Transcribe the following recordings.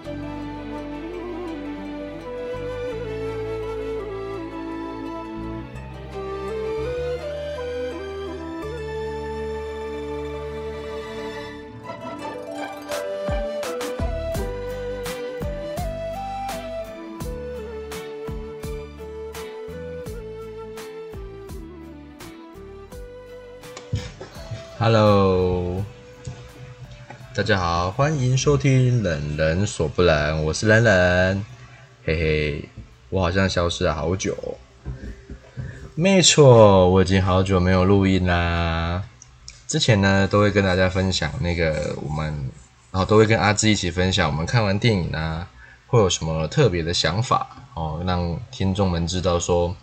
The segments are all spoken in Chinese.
Hello， 大家好，欢迎收听冷人所不冷，我是冷冷，嘿嘿，我好像消失了好久，没错，我已经好久没有录音啦。之前呢，都会跟大家分享然后都会跟阿志一起分享我们看完电影啊，会有什么特别的想法哦，让听众们知道说。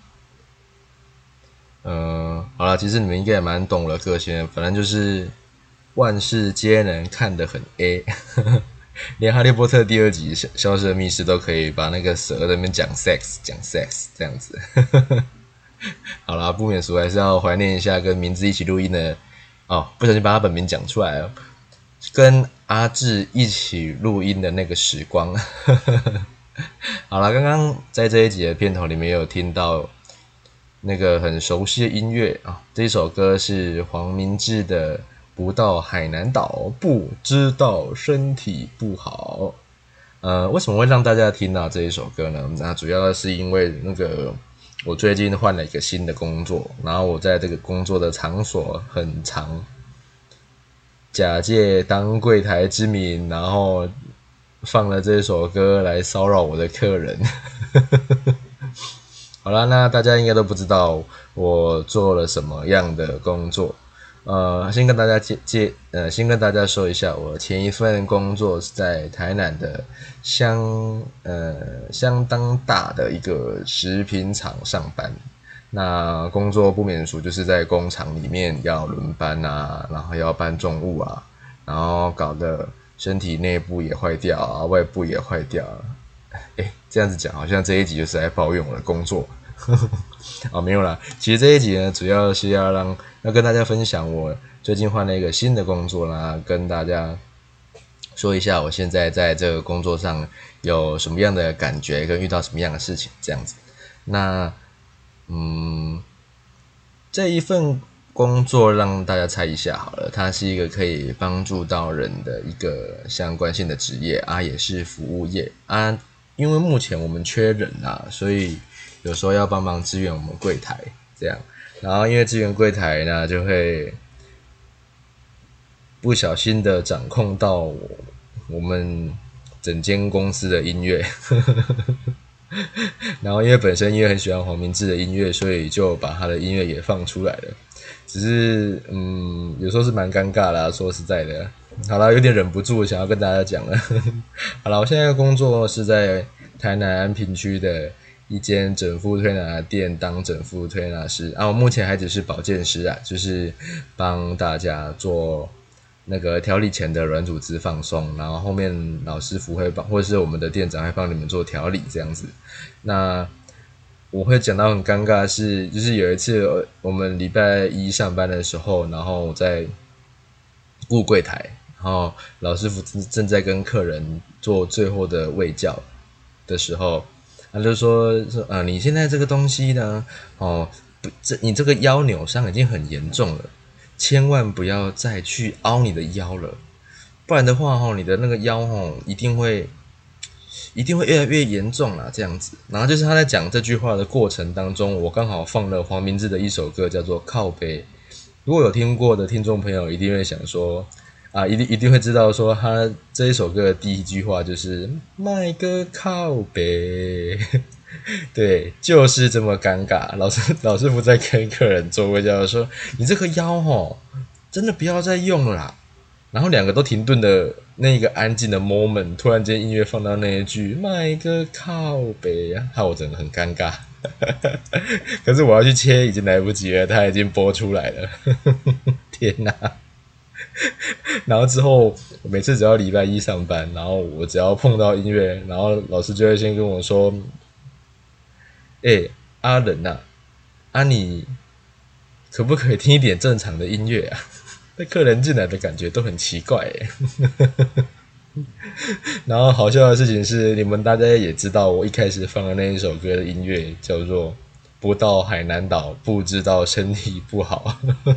好啦，其实你们应该也蛮懂我的个性的，反正就是万事皆能看得很 A， 连哈利波特第2集消失的密室都可以把那个蛇在那边讲 sex 这样子。好啦，不免俗还是要怀念一下跟名字一起录音的不小心把他本名讲出来了，跟阿志一起录音的那个时光。好啦，刚刚在这一集的片头里面有听到那个很熟悉的音乐啊，这一首歌是黄明志的《不到海南岛不知道身体不好》。为什么会让大家听到这一首歌呢？那主要是因为我最近换了一个新的工作，然后我在这个工作的场所很常假借当柜台之名，然后放了这首歌来骚扰我的客人。好啦，那大家应该都不知道我做了什么样的工作。先跟大家说一下，我前一份工作是在台南的相当大的一个食品厂上班。那工作不免俗，就是在工厂里面要轮班啊，然后要搬重物啊，然后搞得身体内部也坏掉啊，外部也坏掉了。这样子讲好像这一集就是在抱怨我的工作。没有啦，其实这一集呢，主要是要跟大家分享我最近换了一个新的工作啦，跟大家说一下我现在在这个工作上有什么样的感觉，跟遇到什么样的事情这样子。那这一份工作让大家猜一下好了，它是一个可以帮助到人的一个相关性的职业啊，也是服务业啊。因为目前我们缺人啊，所以有时候要帮忙支援我们柜台这样。然后因为支援柜台呢，就会不小心的掌控到我们整间公司的音乐。然后因为本身因为很喜欢黄明志的音乐，所以就把他的音乐也放出来了。只是有时候是蛮尴尬啦，说实在的。好啦，有点忍不住想要跟大家讲了。好啦，我现在的工作是在台南安平区的一间整复推拿店当整复推拿师啊。我目前还只是保健师啊，就是帮大家做那个调理前的软组织放松，然后后面老师傅会或者是我们的店长会帮你们做调理这样子。那我会讲到很尴尬的是，就是有一次我们礼拜一上班的时候，然后我在顾柜台，然后老师傅正在跟客人做最后的卫教的时候，他就说你现在这个东西呢，你这个腰扭伤已经很严重了，千万不要再去凹你的腰了，不然的话你的那个腰一定会越来越严重啦，这样子。然后就是他在讲这句话的过程当中，我刚好放了黄明志的一首歌，叫做《靠背》。如果有听过的听众朋友，一定会想说一定会知道说，他这一首歌的第一句话就是“卖个靠背”。对，就是这么尴尬。老师傅在跟客人做卫教说：“你这个腰真的不要再用了啦。”然后两个都停顿的那个安静的 moment， 突然间音乐放到那一句“卖个靠北”啊，害我真的很尴尬。可是我要去切已经来不及了，它已经播出来了。天哪！然后之后每次只要礼拜一上班，然后我只要碰到音乐，然后老师就会先跟我说：“阿仁啊，你可不可以听一点正常的音乐啊？”那客人进来的感觉都很奇怪耶。 然后好笑的事情是，你们大家也知道，我一开始放的那一首歌的音乐叫做“不到海南岛，不知道身体不好”。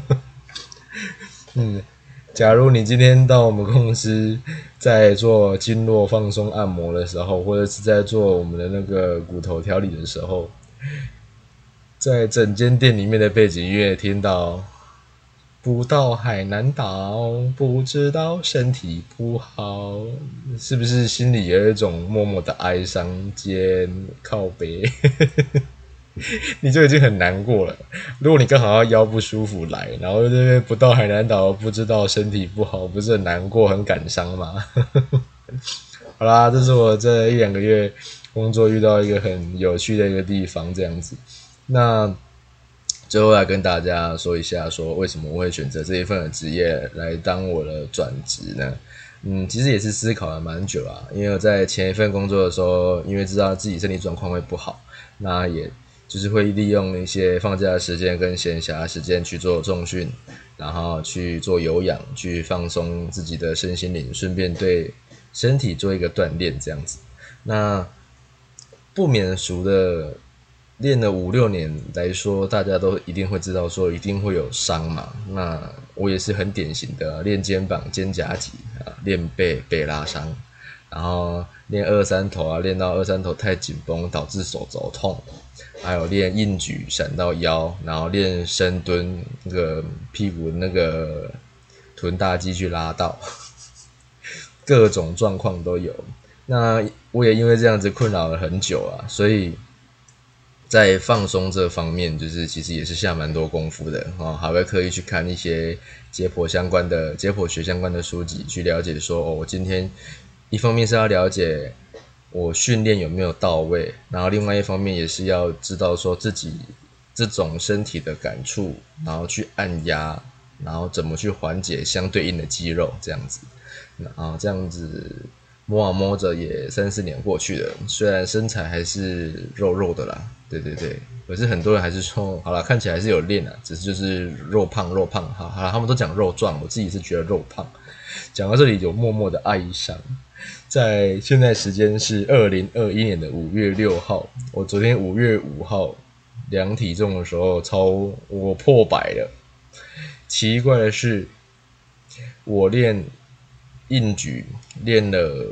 假如你今天到我们公司在做经络放松按摩的时候，或者是在做我们的那个骨头调理的时候，在整间店里面的背景音乐听到不到海南岛，不知道身体不好，是不是心里有一种默默的哀伤兼靠背？你就已经很难过了。如果你刚好要腰不舒服来，然后这边不到海南岛，不知道身体不好，不是很难过、很感伤吗？好啦，这是我这一两个月工作遇到一个很有趣的一个地方，这样子。那最后来跟大家说一下，说为什么我会选择这一份的职业来当我的转职呢？其实也是思考了蛮久啊，因为我在前一份工作的时候，因为知道自己身体状况会不好，那也就是会利用一些放假的时间跟闲暇的时间去做重训，然后去做有氧，去放松自己的身心灵，顺便对身体做一个锻炼这样子。那不免俗的练了5、6年来说，大家都一定会知道说一定会有伤嘛。那我也是很典型的练肩膀、肩胛肌啊，练背拉伤，然后练二三头啊，练到二三头太紧绷导致手肘痛，还有练硬举闪到腰，然后练深蹲那个屁股那个臀大肌去拉到，各种状况都有。那我也因为这样子困扰了很久啊，所以在放松这方面，就是其实也是下蛮多功夫的哦，还会刻意去看一些解剖学相关的书籍，去了解说我今天一方面是要了解我训练有没有到位，然后另外一方面也是要知道说自己这种身体的感触，然后去按压，然后怎么去缓解相对应的肌肉这样子，这样子摸啊摸着也3、4年过去了，虽然身材还是肉肉的啦，对对对，可是很多人还是说，好啦，看起来还是有练啊，只是就是肉胖，好啦，他们都讲肉壮，我自己是觉得肉胖。讲到这里有默默的哀伤，在现在时间是2021年的5月6号，我昨天5月5号量体重的时候我破100了。奇怪的是，我练硬举练了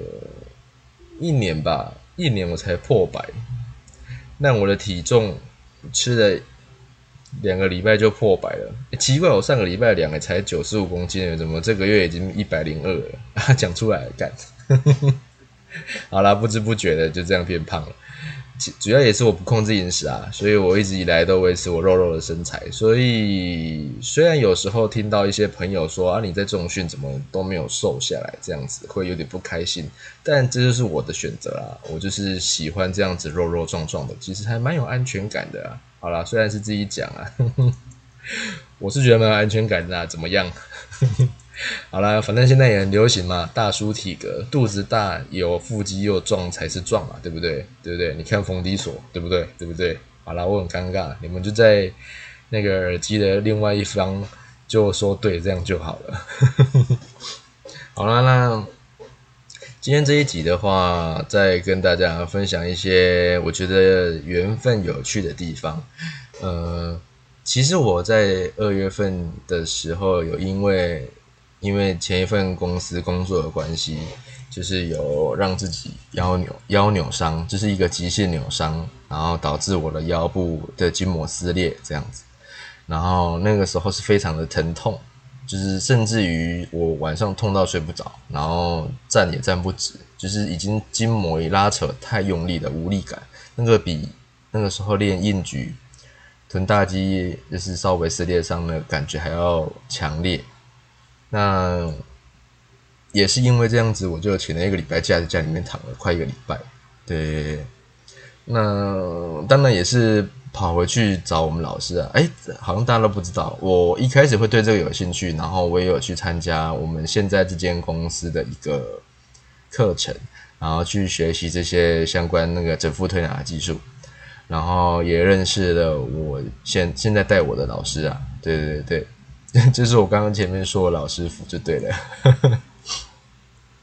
1年我才破100，那我的体重吃了2个礼拜就破100了，奇怪，我上个礼拜量也才95公斤了，怎么这个月已经102了？讲出来干，好啦，不知不觉的就这样变胖了。主要也是我不控制饮食啊，所以我一直以来都维持我肉肉的身材。所以虽然有时候听到一些朋友说啊，你在重训怎么都没有瘦下来，这样子会有点不开心，但这就是我的选择啦。我就是喜欢这样子肉肉壮壮的，其实还蛮有安全感的啊。好啦，虽然是自己讲啊，我是觉得蛮有安全感的啊，怎么样？好啦，反正现在也很流行嘛，大叔体格，肚子大有腹肌又壮才是壮嘛，对不对？对不对？你看冯迪索，对不对？对不对？好啦，我很尴尬，你们就在那个耳机的另外一方就说对，这样就好了。好啦，那今天这一集的话，再跟大家分享一些我觉得缘分有趣的地方。其实我在2月份的时候有因为前一份公司工作的关系，就是有让自己腰扭伤，就是一个急性扭伤，然后导致我的腰部的筋膜撕裂这样子。然后那个时候是非常的疼痛，就是甚至于我晚上痛到睡不着，然后站也站不直，就是已经筋膜一拉扯太用力的无力感，那个比那个时候练硬举臀大肌就是稍微撕裂伤的感觉还要强烈。那也是因为这样子，我就请了1个礼拜假，在家里面躺了快1个礼拜。对，那当然也是跑回去找我们老师啊。好像大家都不知道，我一开始会对这个有兴趣，然后我也有去参加我们现在这间公司的一个课程，然后去学习这些相关那个整复推拿的技术，然后也认识了我现在带我的老师啊。对对对对，就是我刚刚前面说的老师傅就对了。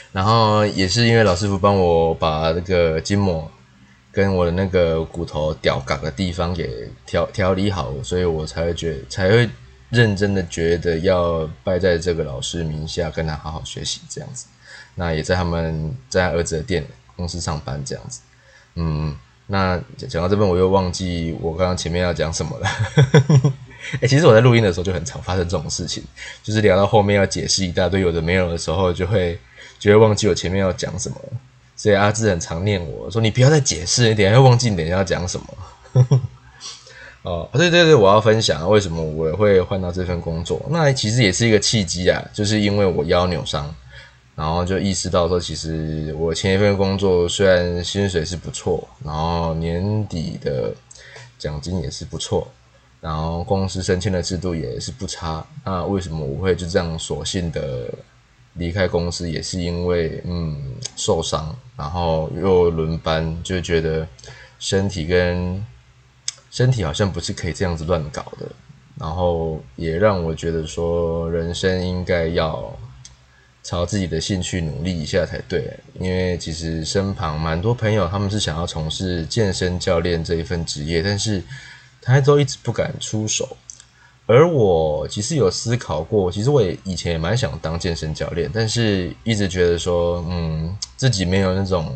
然后也是因为老师傅帮我把那个筋膜跟我的那个骨头屌杠的地方给调理好，所以我才会认真的觉得要拜在这个老师名下，跟他好好学习这样子。那也在他儿子的店公司上班这样子。那讲到这边我又忘记我刚刚前面要讲什么了。其实我在录音的时候就很常发生这种事情，就是聊到后面要解释一大堆有的没有的时候，就会忘记我前面要讲什么了。所以阿志很常念我说：“你不要再解释，你等一下会忘记你等一下要讲什么。”哦，对，我要分享为什么我会换到这份工作。那其实也是一个契机啊，就是因为我腰扭伤，然后就意识到说，其实我前一份工作虽然薪水是不错，然后年底的奖金也是不错，然后公司升迁的制度也是不差。那为什么我会就这样索性的离开公司，也是因为受伤，然后又轮班，就觉得身体好像不是可以这样子乱搞的，然后也让我觉得说人生应该要朝自己的兴趣努力一下才对。因为其实身旁蛮多朋友他们是想要从事健身教练这一份职业，但是他都一直不敢出手。而我其实有思考过，其实我以前也蛮想当健身教练，但是一直觉得说自己没有那种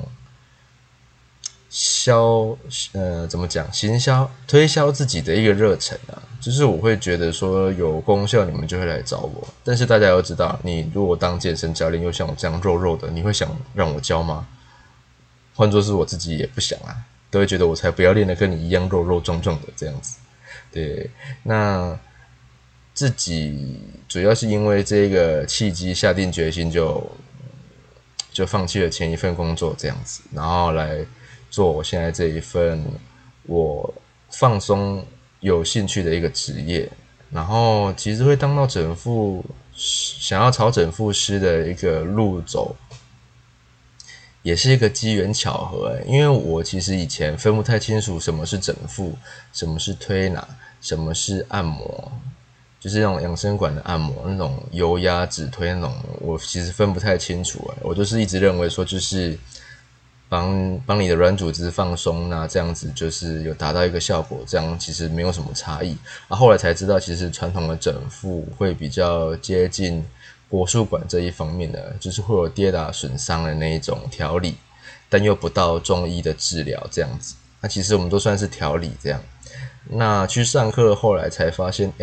怎么讲，推销自己的一个热忱啊。就是我会觉得说有功效你们就会来找我，但是大家都知道，你如果当健身教练又像我这样肉肉的，你会想让我教吗？换作是我自己也不想啊，都会觉得我才不要练得跟你一样肉肉壮壮的这样子。对，那自己主要是因为这个契机下定决心就放弃了前一份工作这样子，然后来做我现在这一份我放松有兴趣的一个职业。然后其实会当到想要朝整复师的一个路走，也是一个机缘巧合。因为我其实以前分不太清楚什么是整复，什么是推拿，什么是按摩，就是那种养生馆的按摩，那种油压指推那种，我其实分不太清楚。我就是一直认为说，就是帮你的软组织放松，那这样子就是有达到一个效果，这样其实没有什么差异。后来才知道，其实传统的整复会比较接近国术馆这一方面的，就是会有跌打损伤的那一种调理，但又不到中医的治疗这样子。那其实我们都算是调理这样。那去上课后来才发现，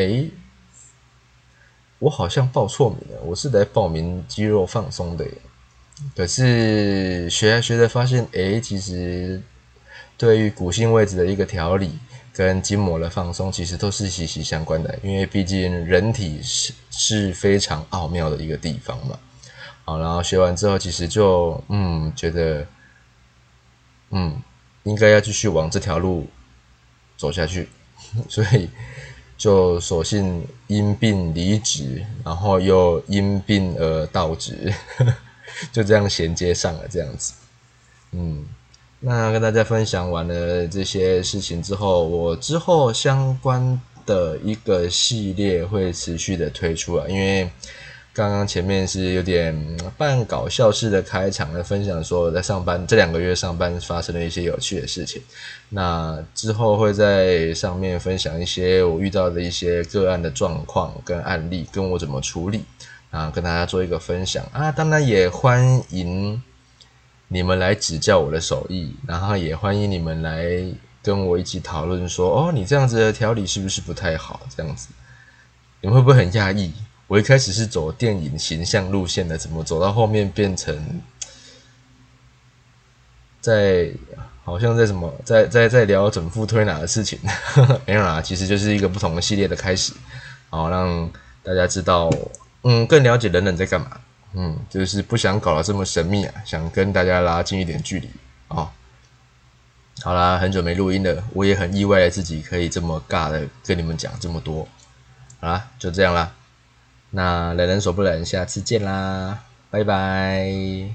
我好像报错名了，我是来报名肌肉放松的耶。可是学来学着发现，其实对于骨性位置的一个调理跟筋膜的放松，其实都是息息相关的。因为毕竟人体是非常奥妙的一个地方嘛。好，然后学完之后，其实就觉得应该要继续往这条路走下去，所以就索性因病离职，然后又因病而倒职，就这样衔接上了这样子。那跟大家分享完了这些事情之后，我之后相关的一个系列会持续的推出啊。因为刚刚前面是有点半搞笑式的开场的分享，说我在上班这2个月上班发生了一些有趣的事情。那之后会在上面分享一些我遇到的一些个案的状况跟案例，跟我怎么处理啊，跟大家做一个分享啊。当然也欢迎你们来指教我的手艺，然后也欢迎你们来跟我一起讨论说，你这样子的调理是不是不太好？这样子，你们会不会很讶异？我一开始是走电影形象路线的，怎么走到后面变成好像在什么在聊整复推拿的事情？没有啦，其实就是一个不同的系列的开始，好让大家知道，更了解人在干嘛。就是不想搞得这么神秘啊，想跟大家拉近一点距离哦。好啦，很久没录音了，我也很意外自己可以这么尬的跟你们讲这么多。好啦，就这样啦。那人人手不冷，下次见啦，拜拜。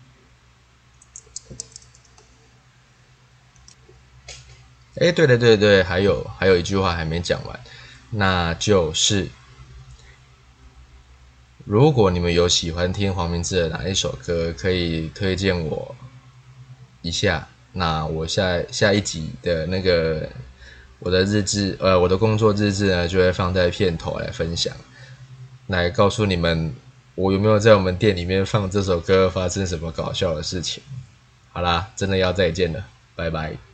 对，还有一句话还没讲完，那就是如果你们有喜欢听黄明志的哪一首歌，可以推荐我一下。那我下一集的那个我的日志，我的工作日志呢，就会放在片头来分享，来告诉你们我有没有在我们店里面放这首歌，发生什么搞笑的事情。好啦，真的要再见了，拜拜。